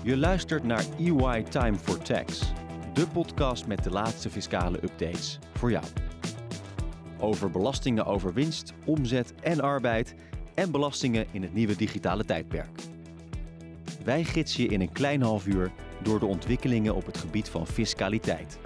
Je luistert naar EY Time for Tax, de podcast met de laatste fiscale updates voor jou. Over belastingen over winst, omzet en arbeid en belastingen in het nieuwe digitale tijdperk. Wij gidsen je in een klein half uur door de ontwikkelingen op het gebied van fiscaliteit.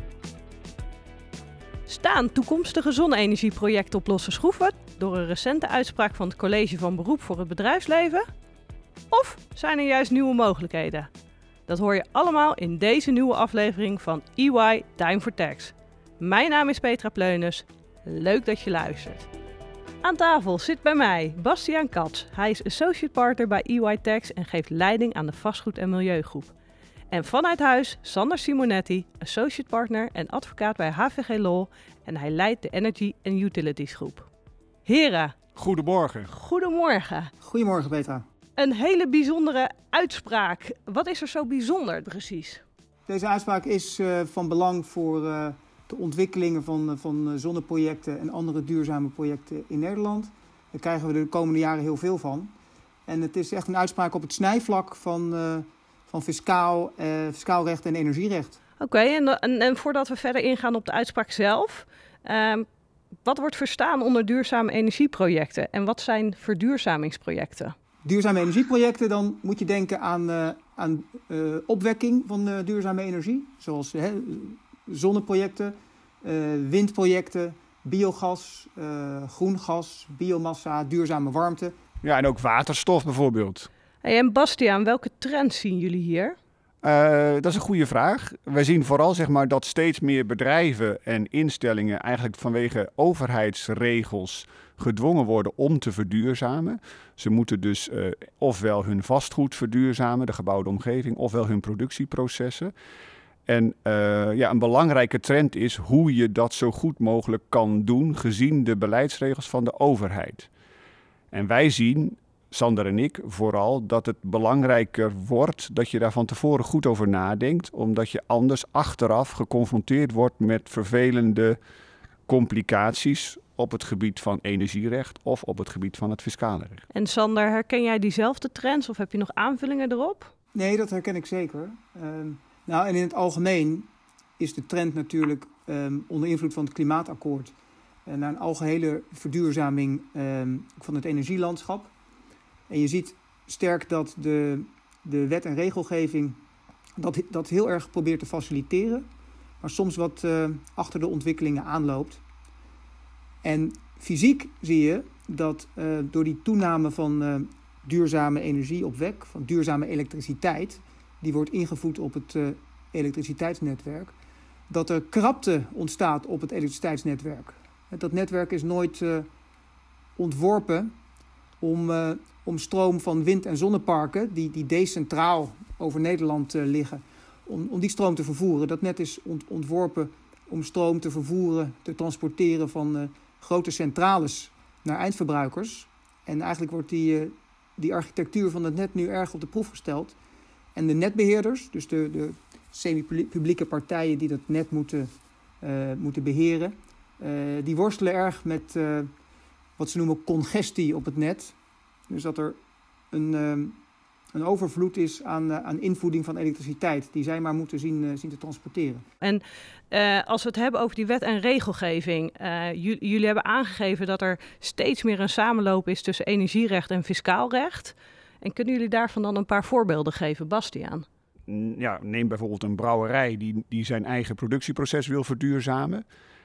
Staan toekomstige zonne-energieprojecten op losse schroeven door een recente uitspraak van het College van Beroep voor het Bedrijfsleven? Of zijn er juist nieuwe mogelijkheden? Dat hoor je allemaal in deze nieuwe aflevering van EY Time for Tax. Mijn naam is Petra Pleunus. Leuk dat je luistert. Aan tafel zit bij mij Bastiaan Kats. Hij is associate partner bij EY Tax en geeft leiding aan de vastgoed- en milieugroep. En vanuit huis Sander Simonetti, associate partner en advocaat bij HVG Law en hij leidt de Energy and Utilities groep. Heren. Goedemorgen. Goedemorgen. Goedemorgen, Petra. Een hele bijzondere uitspraak. Wat is er zo bijzonder precies? Deze uitspraak is van belang voor de ontwikkelingen van zonneprojecten en andere duurzame projecten in Nederland. Daar krijgen we de komende jaren heel veel van. En het is echt een uitspraak op het snijvlak van fiscaal recht en energierecht. Oké, en voordat we verder ingaan op de uitspraak zelf, wat wordt verstaan onder duurzame energieprojecten en wat zijn verduurzamingsprojecten? Duurzame energieprojecten, dan moet je denken aan opwekking van duurzame energie, zoals zonneprojecten, windprojecten, biogas, groen gas, biomassa, duurzame warmte. Ja, en ook waterstof bijvoorbeeld. Hey, en Bastiaan, welke trends zien jullie hier? Dat is een goede vraag. Wij zien vooral dat steeds meer bedrijven en instellingen eigenlijk vanwege overheidsregels gedwongen worden om te verduurzamen. Ze moeten dus ofwel hun vastgoed verduurzamen, de gebouwde omgeving, ofwel hun productieprocessen. En een belangrijke trend is hoe je dat zo goed mogelijk kan doen gezien de beleidsregels van de overheid. En wij zien, Sander en ik, vooral dat het belangrijker wordt dat je daar van tevoren goed over nadenkt, omdat je anders achteraf geconfronteerd wordt met vervelende complicaties op het gebied van energierecht of op het gebied van het fiscale recht. En Sander, herken jij diezelfde trends of heb je nog aanvullingen erop? Nee, dat herken ik zeker. En in het algemeen is de trend natuurlijk onder invloed van het klimaatakkoord naar een algehele verduurzaming van het energielandschap. En je ziet sterk dat de wet en regelgeving dat heel erg probeert te faciliteren, maar soms wat achter de ontwikkelingen aanloopt. En fysiek zie je dat door die toename van duurzame energie op wek, van duurzame elektriciteit, die wordt ingevoed op het elektriciteitsnetwerk, dat er krapte ontstaat op het elektriciteitsnetwerk. Dat netwerk is nooit ontworpen om stroom van wind- en zonneparken, die decentraal over Nederland liggen, om die stroom te vervoeren. Dat net is ontworpen om stroom te vervoeren, te transporteren van grote centrales naar eindverbruikers. En eigenlijk wordt die architectuur van het net nu erg op de proef gesteld. En de netbeheerders, dus de semi-publieke partijen die dat net moeten beheren, die worstelen erg met wat ze noemen congestie op het net. Dus dat er een overvloed is aan invoeding van elektriciteit die zij maar moeten zien te transporteren. En als we het hebben over die wet en regelgeving, jullie hebben aangegeven dat er steeds meer een samenloop is tussen energierecht en fiscaal recht. En kunnen jullie daarvan dan een paar voorbeelden geven, Bastiaan? Ja, neem bijvoorbeeld een brouwerij die zijn eigen productieproces wil verduurzamen.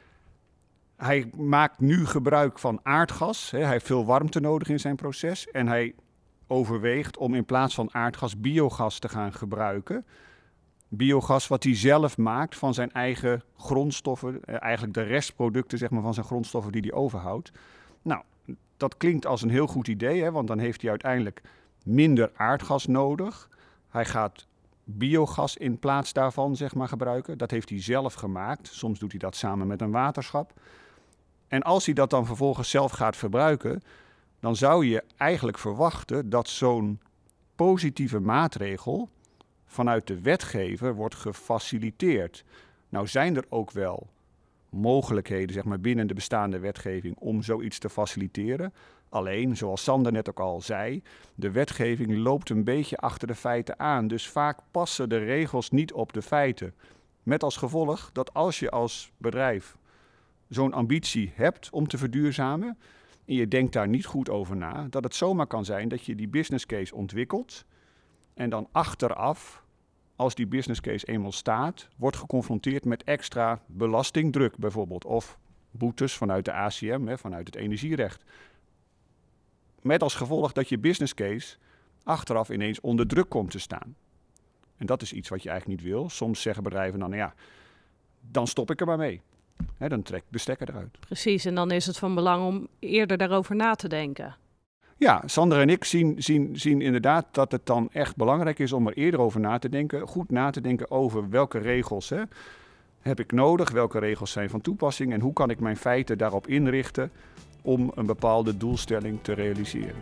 Hij maakt nu gebruik van aardgas. Hij heeft veel warmte nodig in zijn proces. En hij overweegt om in plaats van aardgas biogas te gaan gebruiken. Biogas wat hij zelf maakt van zijn eigen grondstoffen. Eigenlijk de restproducten van zijn grondstoffen die hij overhoudt. Nou, dat klinkt als een heel goed idee. Want dan heeft hij uiteindelijk minder aardgas nodig. Hij gaat biogas in plaats daarvan gebruiken. Dat heeft hij zelf gemaakt. Soms doet hij dat samen met een waterschap. En als hij dat dan vervolgens zelf gaat verbruiken, dan zou je eigenlijk verwachten dat zo'n positieve maatregel vanuit de wetgever wordt gefaciliteerd. Nou zijn er ook wel mogelijkheden binnen de bestaande wetgeving om zoiets te faciliteren. Alleen, zoals Sander net ook al zei, de wetgeving loopt een beetje achter de feiten aan. Dus vaak passen de regels niet op de feiten. Met als gevolg dat als je als bedrijf zo'n ambitie hebt om te verduurzamen en je denkt daar niet goed over na, dat het zomaar kan zijn dat je die business case ontwikkelt en dan achteraf, als die business case eenmaal staat, wordt geconfronteerd met extra belastingdruk bijvoorbeeld of boetes vanuit de ACM, vanuit het energierecht. Met als gevolg dat je business case achteraf ineens onder druk komt te staan. En dat is iets wat je eigenlijk niet wil. Soms zeggen bedrijven dan, dan stop ik er maar mee. Dan trek ik de stekker eruit. Precies, en dan is het van belang om eerder daarover na te denken. Ja, Sander en ik zien inderdaad dat het dan echt belangrijk is om er eerder over na te denken. Goed na te denken over welke regels heb ik nodig, welke regels zijn van toepassing en hoe kan ik mijn feiten daarop inrichten om een bepaalde doelstelling te realiseren.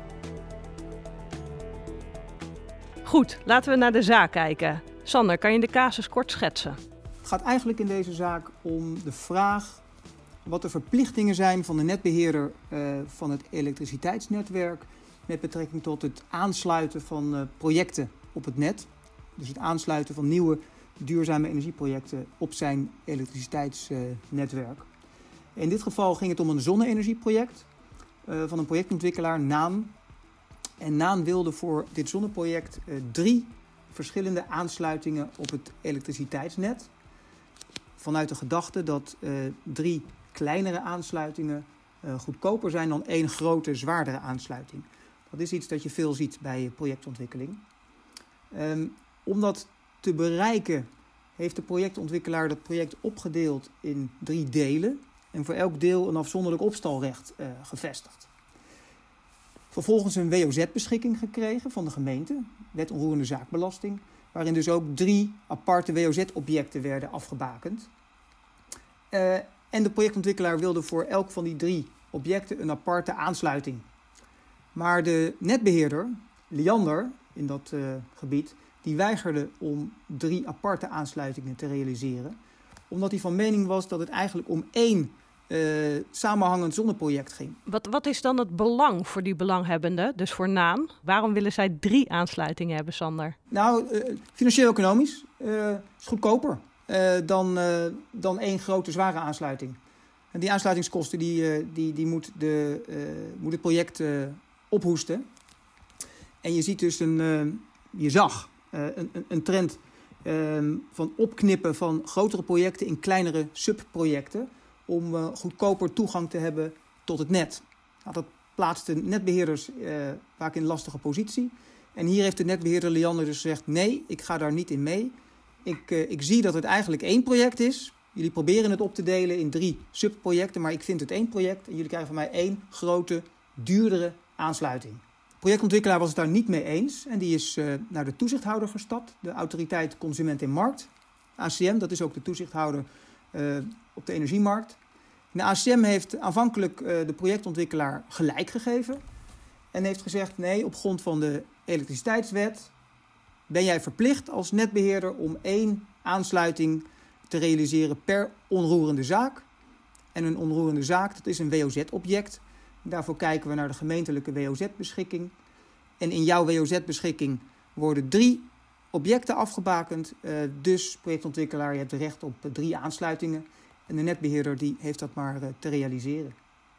Goed, laten we naar de zaak kijken. Sander, kan je de casus kort schetsen? Het gaat eigenlijk in deze zaak om de vraag wat de verplichtingen zijn van de netbeheerder van het elektriciteitsnetwerk met betrekking tot het aansluiten van projecten op het net. Dus het aansluiten van nieuwe duurzame energieprojecten op zijn elektriciteitsnetwerk. In dit geval ging het om een zonne-energieproject van een projectontwikkelaar, Naan. En Naan wilde voor dit zonneproject 3 verschillende aansluitingen op het elektriciteitsnet. Vanuit de gedachte dat 3 kleinere aansluitingen goedkoper zijn dan 1 grote, zwaardere aansluiting. Dat is iets dat je veel ziet bij projectontwikkeling. Om dat te bereiken heeft de projectontwikkelaar dat project opgedeeld in 3 delen en voor elk deel een afzonderlijk opstalrecht gevestigd. Vervolgens een WOZ-beschikking gekregen van de gemeente, wet onroerende zaakbelasting, waarin dus ook 3 aparte WOZ-objecten werden afgebakend. En de projectontwikkelaar wilde voor elk van die 3 objecten een aparte aansluiting. Maar de netbeheerder, Liander, in dat gebied, die weigerde om 3 aparte aansluitingen te realiseren, omdat hij van mening was dat het eigenlijk om 1 samenhangend zonneproject ging. Wat is dan het belang voor die belanghebbenden, dus voor Naan? Waarom willen zij 3 aansluitingen hebben, Sander? Nou, financieel-economisch is goedkoper dan 1 grote, zware aansluiting. En die aansluitingskosten die moet het project ophoesten. En je ziet dus een trend van opknippen van grotere projecten in kleinere subprojecten om goedkoper toegang te hebben tot het net. Nou, dat plaatst de netbeheerders vaak in een lastige positie. En hier heeft de netbeheerder Liander dus gezegd, nee, ik ga daar niet in mee. Ik zie dat het eigenlijk 1 project is. Jullie proberen het op te delen in 3 subprojecten, maar ik vind het 1 project. En jullie krijgen van mij 1 grote, duurdere aansluiting. De projectontwikkelaar was het daar niet mee eens. En die is naar de toezichthouder gestapt, de Autoriteit Consument en Markt. ACM, dat is ook de toezichthouder op de energiemarkt. De ACM heeft aanvankelijk de projectontwikkelaar gelijk gegeven. En heeft gezegd, nee, op grond van de elektriciteitswet ben jij verplicht als netbeheerder om 1 aansluiting te realiseren per onroerende zaak. En een onroerende zaak, dat is een WOZ-object. Daarvoor kijken we naar de gemeentelijke WOZ-beschikking. En in jouw WOZ-beschikking worden 3 objecten afgebakend. Dus projectontwikkelaar, je hebt recht op 3 aansluitingen. En de netbeheerder die heeft dat maar te realiseren.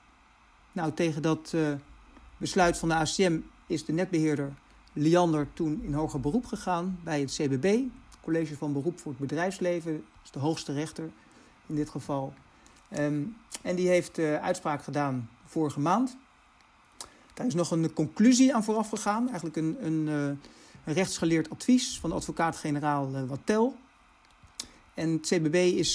Nou, tegen dat besluit van de ACM is de netbeheerder Liander toen in hoger beroep gegaan bij het CBB. College van Beroep voor het Bedrijfsleven. Dat is de hoogste rechter in dit geval. En die heeft uitspraak gedaan vorige maand. Daar is nog een conclusie aan vooraf gegaan. Eigenlijk een rechtsgeleerd advies van de advocaat-generaal Wattel. En het CBB is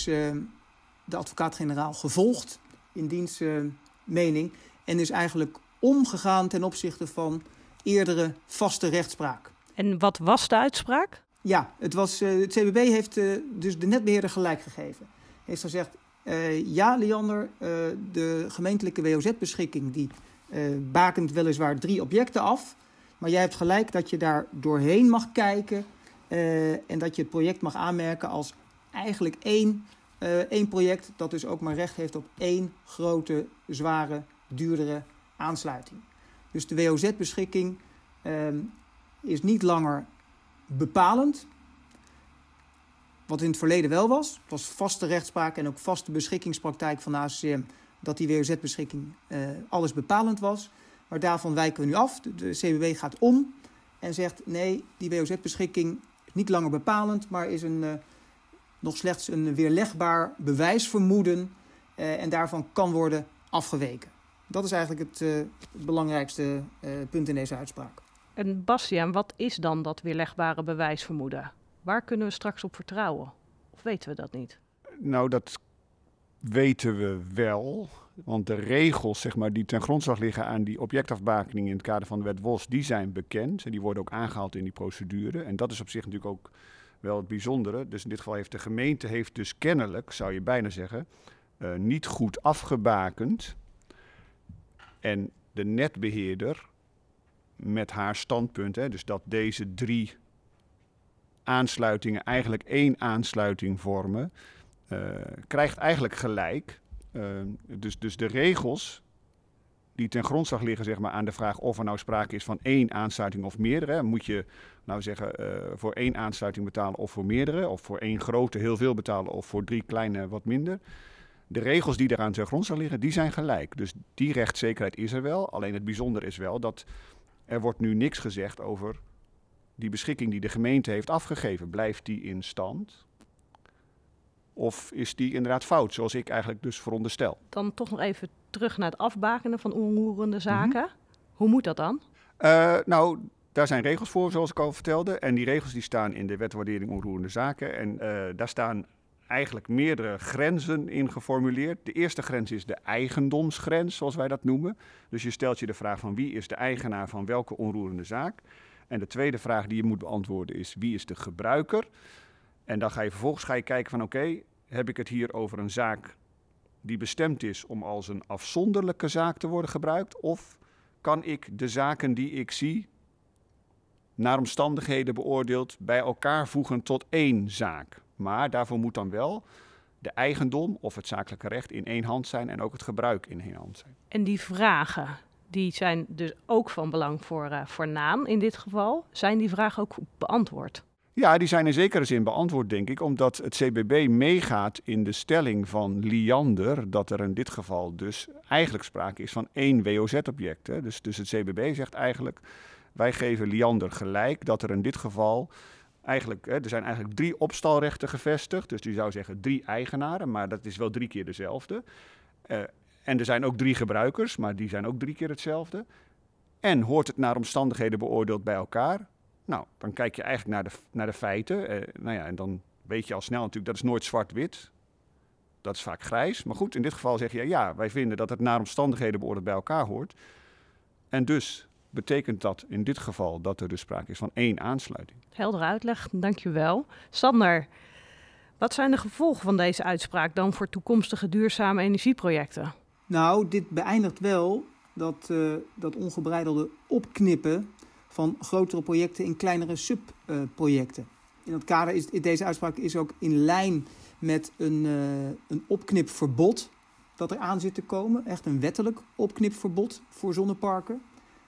de advocaat-generaal gevolgd in diens mening. En is eigenlijk omgegaan ten opzichte van eerdere vaste rechtspraak. En wat was de uitspraak? Ja, het CBB heeft dus de netbeheerder gelijk gegeven. Heeft gezegd, ja Liander, de gemeentelijke WOZ-beschikking die bakent weliswaar 3 objecten af. Maar jij hebt gelijk dat je daar doorheen mag kijken en dat je het project mag aanmerken als eigenlijk één project dat dus ook maar recht heeft op 1 grote, zware, duurdere aansluiting. Dus de WOZ-beschikking is niet langer bepalend. Wat in het verleden wel was. Het was vaste rechtspraak en ook vaste beschikkingspraktijk van de ACCM dat die WOZ-beschikking alles bepalend was. Maar daarvan wijken we nu af. De CBB gaat om en zegt nee, die WOZ-beschikking is niet langer bepalend, maar is nog slechts een weerlegbaar bewijsvermoeden en daarvan kan worden afgeweken. Dat is eigenlijk het belangrijkste punt in deze uitspraak. En Bastiaan, wat is dan dat weerlegbare bewijsvermoeden? Waar kunnen we straks op vertrouwen? Of weten we dat niet? Nou, dat weten we wel. Want de regels zeg maar, die ten grondslag liggen aan die objectafbakening in het kader van de wet WOS, die zijn bekend. En die worden ook aangehaald in die procedure. En dat is op zich natuurlijk ook wel het bijzondere. Dus in dit geval heeft de gemeente dus kennelijk, zou je bijna zeggen, niet goed afgebakend. En de netbeheerder met haar standpunt, dus dat deze 3 aansluitingen eigenlijk 1 aansluiting vormen, krijgt eigenlijk gelijk. Dus de regels die ten grondslag liggen zeg maar, aan de vraag of er nou sprake is van 1 aansluiting of meerdere. Moet je nou zeggen voor 1 aansluiting betalen of voor meerdere, of voor 1 grote heel veel betalen of voor 3 kleine wat minder. De regels die eraan ten grondslag liggen, die zijn gelijk. Dus die rechtszekerheid is er wel. Alleen het bijzondere is wel dat er wordt nu niks gezegd over die beschikking die de gemeente heeft afgegeven. Blijft die in stand? Of is die inderdaad fout, zoals ik eigenlijk dus veronderstel? Dan toch nog even terug naar het afbakenen van onroerende zaken. Mm-hmm. Hoe moet dat dan? Nou, daar zijn regels voor, zoals ik al vertelde. En die regels die staan in de wet waardering onroerende zaken. En daar staan eigenlijk meerdere grenzen in geformuleerd. De eerste grens is de eigendomsgrens, zoals wij dat noemen. Dus je stelt je de vraag van wie is de eigenaar van welke onroerende zaak. En de tweede vraag die je moet beantwoorden is wie is de gebruiker. En dan ga je vervolgens kijken van oké, heb ik het hier over een zaak die bestemd is om als een afzonderlijke zaak te worden gebruikt? Of kan ik de zaken die ik zie, naar omstandigheden beoordeeld, bij elkaar voegen tot 1 zaak? Maar daarvoor moet dan wel de eigendom of het zakelijke recht in 1 hand zijn en ook het gebruik in 1 hand zijn. En die vragen, die zijn dus ook van belang voor Naam in dit geval. Zijn die vragen ook beantwoord? Ja, die zijn in zekere zin beantwoord, denk ik, omdat het CBB meegaat in de stelling van Liander dat er in dit geval dus eigenlijk sprake is van 1 WOZ-object. Dus het CBB zegt eigenlijk, wij geven Liander gelijk dat er in dit geval eigenlijk, er zijn eigenlijk 3 opstalrechten gevestigd. Dus die zou zeggen 3 eigenaren, maar dat is wel 3 keer dezelfde. En er zijn ook 3 gebruikers, maar die zijn ook 3 keer hetzelfde. En hoort het naar omstandigheden beoordeeld bij elkaar? Nou, dan kijk je eigenlijk naar de feiten. En dan weet je al snel natuurlijk, dat is nooit zwart-wit. Dat is vaak grijs. Maar goed, in dit geval zeg je, ja, wij vinden dat het naar omstandigheden beoordeeld bij elkaar hoort. En dus betekent dat in dit geval dat er dus sprake is van 1 aansluiting. Heldere uitleg, dankjewel. Sander, wat zijn de gevolgen van deze uitspraak dan voor toekomstige duurzame energieprojecten? Nou, dit beëindigt wel dat ongebreidelde opknippen van grotere projecten in kleinere subprojecten. In dat kader is deze uitspraak is ook in lijn met een opknipverbod dat er aan zit te komen. Echt een wettelijk opknipverbod voor zonneparken.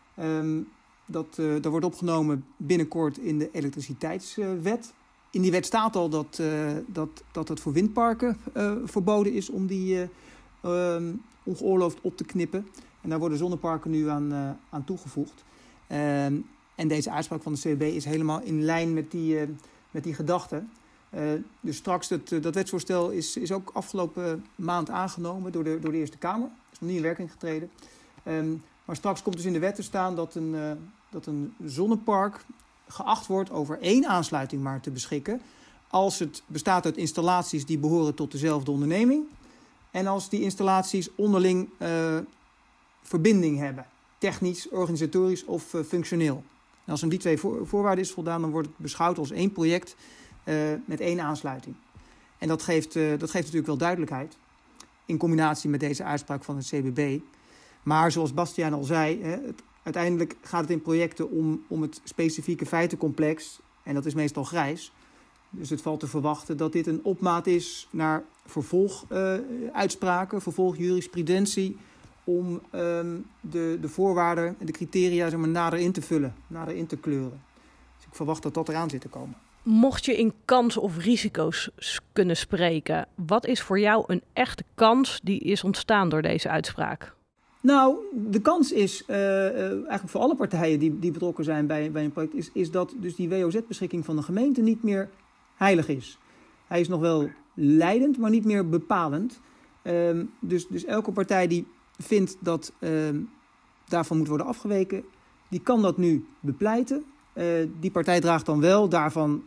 Dat wordt opgenomen binnenkort in de elektriciteitswet. In die wet staat al dat het voor windparken verboden is om die ongeoorloofd op te knippen. En daar worden zonneparken nu aan toegevoegd. En deze uitspraak van de CBB is helemaal in lijn met die gedachte. Dus straks, dat wetsvoorstel is ook afgelopen maand aangenomen door de Eerste Kamer. Dat is nog niet in werking getreden. Maar straks komt dus in de wet te staan dat een zonnepark geacht wordt over 1 aansluiting maar te beschikken, als het bestaat uit installaties die behoren tot dezelfde onderneming en als die installaties onderling verbinding hebben, technisch, organisatorisch of functioneel. En als aan die 2 voorwaarden is voldaan, dan wordt het beschouwd als 1 project met 1 aansluiting. En dat geeft natuurlijk wel duidelijkheid in combinatie met deze uitspraak van het CBB. Maar zoals Bastiaan al zei, uiteindelijk gaat het in projecten om het specifieke feitencomplex. En dat is meestal grijs. Dus het valt te verwachten dat dit een opmaat is naar vervolguitspraken, vervolgjurisprudentie om de voorwaarden en de criteria zeg maar, nader in te vullen, nader in te kleuren. Dus ik verwacht dat dat eraan zit te komen. Mocht je in kansen of risico's kunnen spreken, wat is voor jou een echte kans die is ontstaan door deze uitspraak? Nou, de kans is eigenlijk voor alle partijen die betrokken zijn bij een project, is dat dus die WOZ-beschikking van de gemeente niet meer heilig is. Hij is nog wel leidend, maar niet meer bepalend. Dus elke partij die vindt dat daarvan moet worden afgeweken, die kan dat nu bepleiten. Die partij draagt dan wel daarvan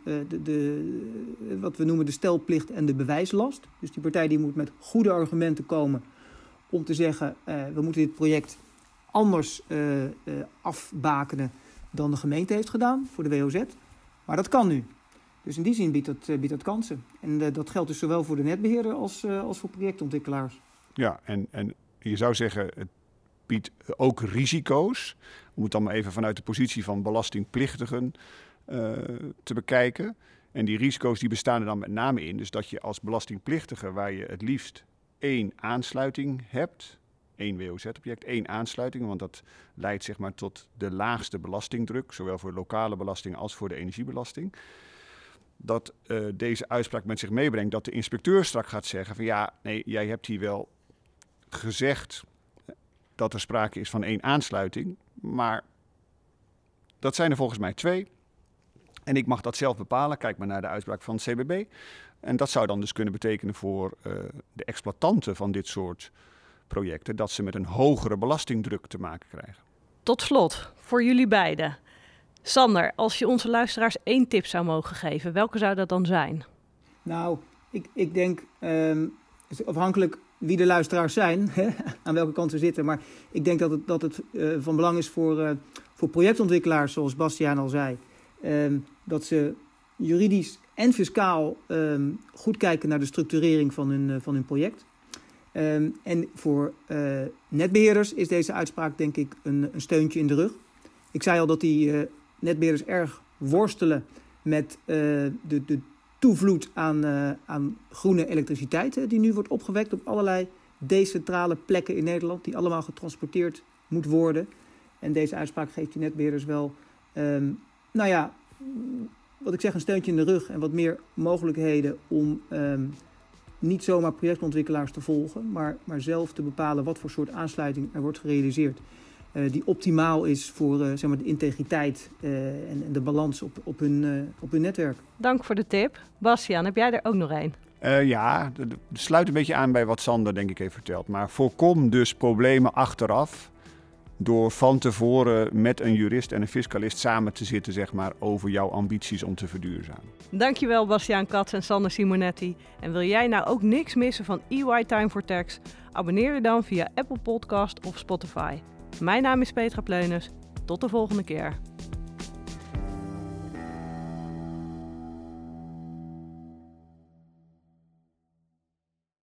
wat we noemen de stelplicht en de bewijslast. Dus die partij die moet met goede argumenten komen om te zeggen, we moeten dit project anders afbakenen dan de gemeente heeft gedaan voor de WOZ. Maar dat kan nu. Dus in die zin biedt dat kansen. En dat geldt dus zowel voor de netbeheerder als voor projectontwikkelaars. Ja, en je zou zeggen, het biedt ook risico's. Om het dan maar even vanuit de positie van belastingplichtigen te bekijken. En die risico's die bestaan er dan met name in. Dus dat je als belastingplichtige, waar je het liefst 1 aansluiting hebt, 1 WOZ-object, 1 aansluiting, want dat leidt zeg maar tot de laagste belastingdruk, zowel voor de lokale belasting als voor de energiebelasting. Dat deze uitspraak met zich meebrengt dat de inspecteur straks gaat zeggen van ja, nee, jij hebt hier wel gezegd dat er sprake is van 1 aansluiting, maar dat zijn er volgens mij 2. En ik mag dat zelf bepalen. Kijk maar naar de uitspraak van het CBB. En dat zou dan dus kunnen betekenen voor de exploitanten van dit soort projecten, dat ze met een hogere belastingdruk te maken krijgen. Tot slot, voor jullie beiden. Sander, als je onze luisteraars 1 tip zou mogen geven, welke zou dat dan zijn? Nou, ik denk, afhankelijk wie de luisteraars zijn, aan welke kant ze zitten. Maar ik denk dat het van belang is voor projectontwikkelaars, zoals Bastiaan al zei, dat ze juridisch en fiscaal goed kijken naar de structurering van hun project. En voor netbeheerders is deze uitspraak denk ik een steuntje in de rug. Ik zei al dat die netbeheerders erg worstelen met de toevloed aan groene elektriciteit die nu wordt opgewekt op allerlei decentrale plekken in Nederland, die allemaal getransporteerd moet worden. En deze uitspraak geeft die netbeheerders wel, wat ik zeg, een steuntje in de rug en wat meer mogelijkheden om niet zomaar projectontwikkelaars te volgen, maar zelf te bepalen wat voor soort aansluiting er wordt gerealiseerd. Die optimaal is voor zeg maar de integriteit en de balans op hun netwerk. Dank voor de tip. Bastiaan, heb jij er ook nog een? Ja, sluit een beetje aan bij wat Sander denk ik heeft verteld. Maar voorkom dus problemen achteraf door van tevoren met een jurist en een fiscalist samen te zitten zeg maar, over jouw ambities om te verduurzamen. Dankjewel Bastiaan Kats en Sander Simonetti. En wil jij nou ook niks missen van EY Time for Tax? Abonneer je dan via Apple Podcast of Spotify. Mijn naam is Petra Pleunus. Tot de volgende keer.